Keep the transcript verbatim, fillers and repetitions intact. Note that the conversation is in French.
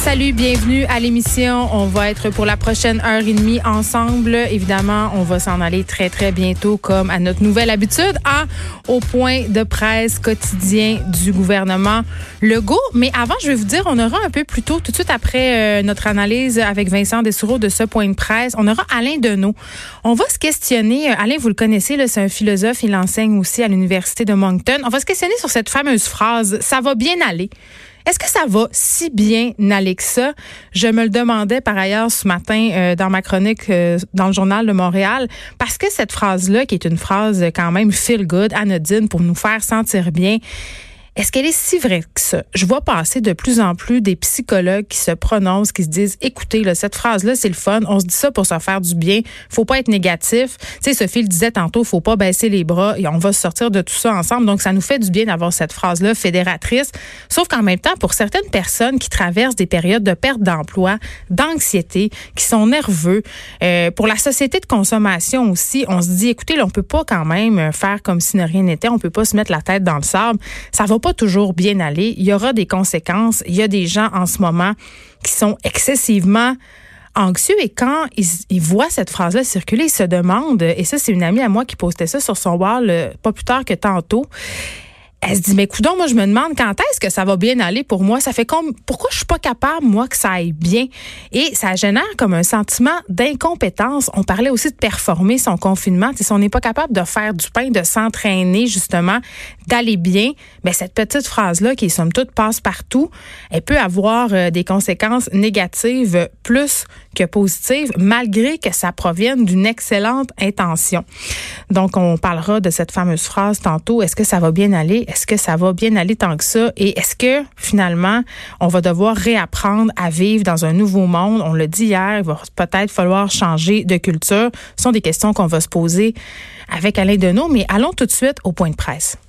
salut, bienvenue à l'émission. On va être pour la prochaine heure et demie ensemble. Évidemment, on va s'en aller très, très bientôt, comme à notre nouvelle habitude, à au point de presse quotidien du gouvernement Legault. Mais avant, je vais vous dire, on aura un peu plus tôt, tout de suite après euh, notre analyse avec Vincent Dessureau de ce point de presse, on aura Alain Deneau. On va se questionner, Alain, vous le connaissez, là, c'est un philosophe, il enseigne aussi à l'Université de Moncton. On va se questionner sur cette fameuse phrase « ça va bien aller ». Est-ce que ça va si bien aller que ça? Je me le demandais par ailleurs ce matin euh, dans ma chronique euh, dans le Journal de Montréal, parce que cette phrase-là, qui est une phrase quand même feel good, anodine, pour nous faire sentir bien, est-ce qu'elle est si vraie que ça? Je vois passer de plus en plus des psychologues qui se prononcent, qui se disent, écoutez, là, cette phrase-là, c'est le fun. On se dit ça pour se faire du bien. Faut pas être négatif. Tu sais, Sophie le disait tantôt, faut pas baisser les bras et on va sortir de tout ça ensemble. Donc, ça nous fait du bien d'avoir cette phrase-là fédératrice. Sauf qu'en même temps, pour certaines personnes qui traversent des périodes de perte d'emploi, d'anxiété, qui sont nerveux, euh, pour la société de consommation aussi, on se dit, écoutez, là, on peut pas quand même faire comme si rien n'était. On peut pas se mettre la tête dans le sable. Ça va pas toujours bien aller. Il y aura des conséquences. Il y a des gens en ce moment qui sont excessivement anxieux et quand ils, ils voient cette phrase-là circuler, ils se demandent, et ça, c'est une amie à moi qui postait ça sur son wall euh, pas plus tard que tantôt. Elle se dit, mais coudonc, moi, je me demande quand est-ce que ça va bien aller pour moi? Ça fait comme, pourquoi je suis pas capable, moi, que ça aille bien? Et ça génère comme un sentiment d'incompétence. On parlait aussi de performer son confinement. T'sais, si on n'est pas capable de faire du pain, de s'entraîner, justement, d'aller bien, ben, cette petite phrase-là, qui, somme toute, passe partout, elle peut avoir euh, des conséquences négatives plus que positives, malgré que ça provienne d'une excellente intention. Donc, on parlera de cette fameuse phrase tantôt. Est-ce que ça va bien aller? Est-ce que ça va bien aller tant que ça? Et est-ce que, finalement, on va devoir réapprendre à vivre dans un nouveau monde? On l'a dit hier, il va peut-être falloir changer de culture. Ce sont des questions qu'on va se poser avec Alain Deneau, mais allons tout de suite au point de presse.